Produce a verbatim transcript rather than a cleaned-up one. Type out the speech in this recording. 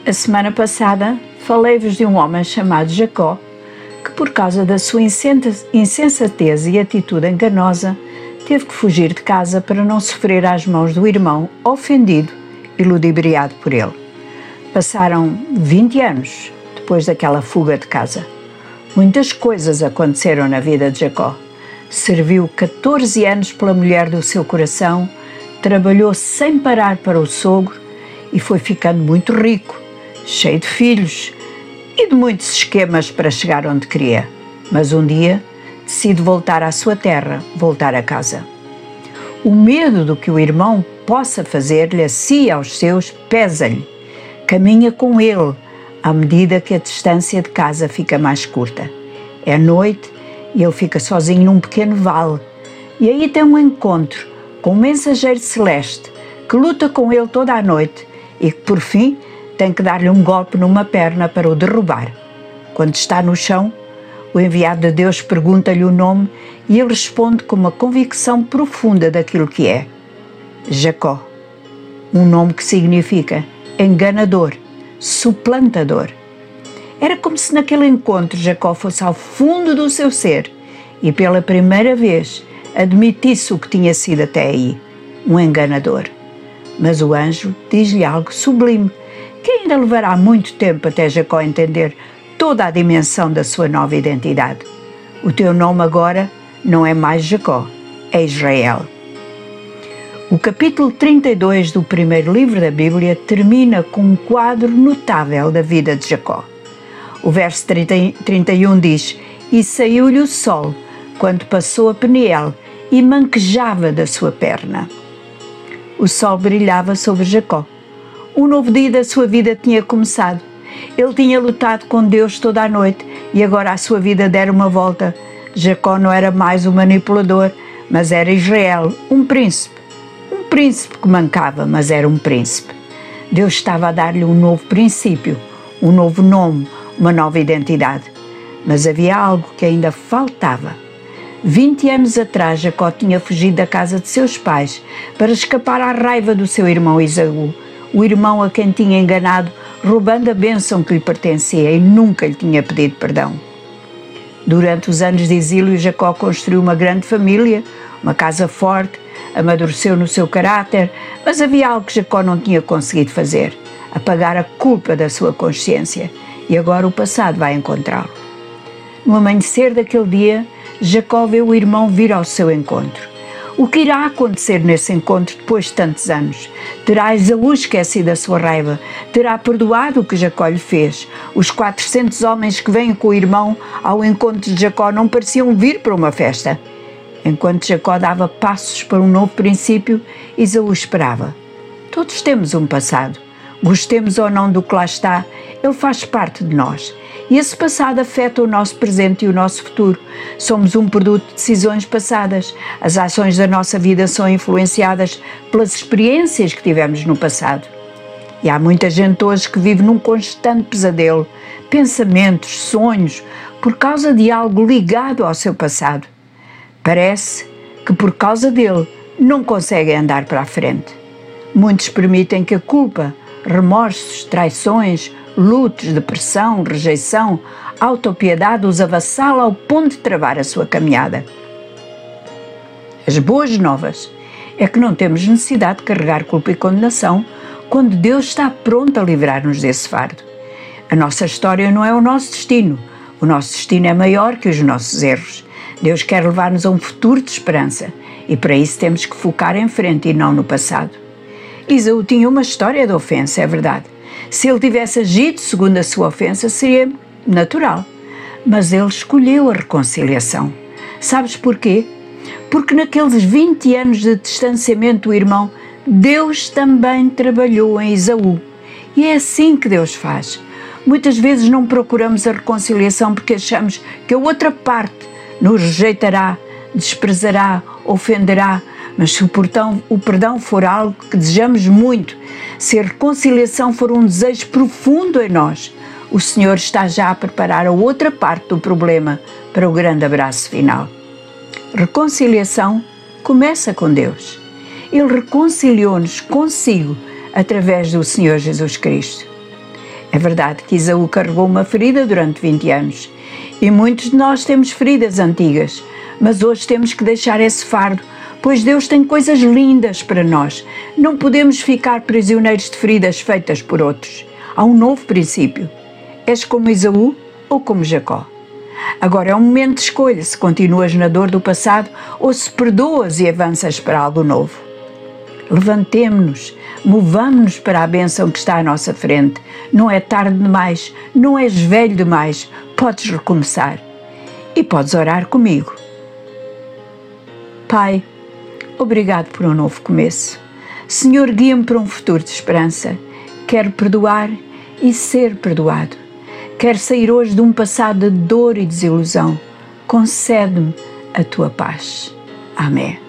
A semana passada falei-vos de um homem chamado Jacó, que por causa da sua insensatez e atitude enganosa, teve que fugir de casa para não sofrer às mãos do irmão ofendido e ludibriado por ele. Passaram vinte anos depois daquela fuga de casa. Muitas coisas aconteceram na vida de Jacó. Serviu catorze anos pela mulher do seu coração, trabalhou sem parar para o sogro e foi ficando muito rico, cheio de filhos e de muitos esquemas para chegar onde queria. Mas um dia decide voltar à sua terra, voltar a casa. O medo do que o irmão possa fazer-lhe a si e aos seus pesa-lhe. Caminha com ele à medida que a distância de casa fica mais curta. É noite e ele fica sozinho num pequeno vale. E aí tem um encontro com um mensageiro celeste que luta com ele toda a noite e que, por fim, tem que dar-lhe um golpe numa perna para o derrubar. Quando está no chão, o enviado de Deus pergunta-lhe o nome e ele responde com uma convicção profunda daquilo que é: Jacó. Um nome que significa enganador, suplantador. Era como se naquele encontro Jacó fosse ao fundo do seu ser e pela primeira vez admitisse o que tinha sido até aí, um enganador. Mas o anjo diz-lhe algo sublime, que ainda levará muito tempo até Jacó entender toda a dimensão da sua nova identidade. O teu nome agora não é mais Jacó, é Israel. O capítulo trinta e dois do primeiro livro da Bíblia termina com um quadro notável da vida de Jacó. O verso trinta e um diz: E saiu-lhe o sol quando passou a Peniel e manquejava da sua perna. O sol brilhava sobre Jacó. Um novo dia da sua vida tinha começado. Ele tinha lutado com Deus toda a noite e agora a sua vida dera uma volta. Jacó não era mais um manipulador, mas era Israel, um príncipe. Um príncipe que mancava, mas era um príncipe. Deus estava a dar-lhe um novo princípio, um novo nome, uma nova identidade. Mas havia algo que ainda faltava. Vinte anos atrás, Jacó tinha fugido da casa de seus pais para escapar à raiva do seu irmão Esaú, o irmão a quem tinha enganado, roubando a bênção que lhe pertencia e nunca lhe tinha pedido perdão. Durante os anos de exílio, Jacó construiu uma grande família, uma casa forte, amadureceu no seu caráter, mas havia algo que Jacó não tinha conseguido fazer: apagar a culpa da sua consciência, e agora o passado vai encontrá-lo. No amanhecer daquele dia, Jacó vê o irmão vir ao seu encontro. O que irá acontecer nesse encontro depois de tantos anos? Terá Esaú esquecido a sua raiva? Terá perdoado o que Jacó lhe fez? Os quatrocentos homens que vêm com o irmão ao encontro de Jacó não pareciam vir para uma festa. Enquanto Jacó dava passos para um novo princípio, Esaú esperava. Todos temos um passado. Gostemos ou não do que lá está, ele faz parte de nós. E esse passado afeta o nosso presente e o nosso futuro. Somos um produto de decisões passadas. As ações da nossa vida são influenciadas pelas experiências que tivemos no passado. E há muita gente hoje que vive num constante pesadelo, pensamentos, sonhos, por causa de algo ligado ao seu passado. Parece que por causa dele não conseguem andar para a frente. Muitos permitem que a culpa, remorsos, traições, lutos, depressão, rejeição, autopiedade os avassala ao ponto de travar a sua caminhada. As boas novas é que não temos necessidade de carregar culpa e condenação quando Deus está pronto a livrar-nos desse fardo. A nossa história não é o nosso destino. O nosso destino é maior que os nossos erros. Deus quer levar-nos a um futuro de esperança e para isso temos que focar em frente e não no passado. Esaú tinha uma história de ofensa, é verdade. Se ele tivesse agido segundo a sua ofensa, seria natural. Mas ele escolheu a reconciliação. Sabes porquê? Porque naqueles vinte anos de distanciamento do irmão, Deus também trabalhou em Esaú. E é assim que Deus faz. Muitas vezes não procuramos a reconciliação porque achamos que a outra parte nos rejeitará, desprezará, ofenderá. Mas se o perdão, o perdão for algo que desejamos muito, se a reconciliação for um desejo profundo em nós, o Senhor está já a preparar a outra parte do problema para o grande abraço final. Reconciliação começa com Deus. Ele reconciliou-nos consigo através do Senhor Jesus Cristo. É verdade que Esaú carregou uma ferida durante vinte anos e muitos de nós temos feridas antigas, mas hoje temos que deixar esse fardo, pois Deus tem coisas lindas para nós. Não podemos ficar prisioneiros de feridas feitas por outros. Há um novo princípio. És como Esaú ou como Jacó? Agora é um momento de escolha se continuas na dor do passado ou se perdoas e avanças para algo novo. Levantemo-nos, movamo-nos para a bênção que está à nossa frente. Não é tarde demais, não és velho demais, podes recomeçar. E podes orar comigo. Pai, obrigado por um novo começo. Senhor, guia-me para um futuro de esperança. Quero perdoar e ser perdoado. Quero sair hoje de um passado de dor e desilusão. Concede-me a tua paz. Amém.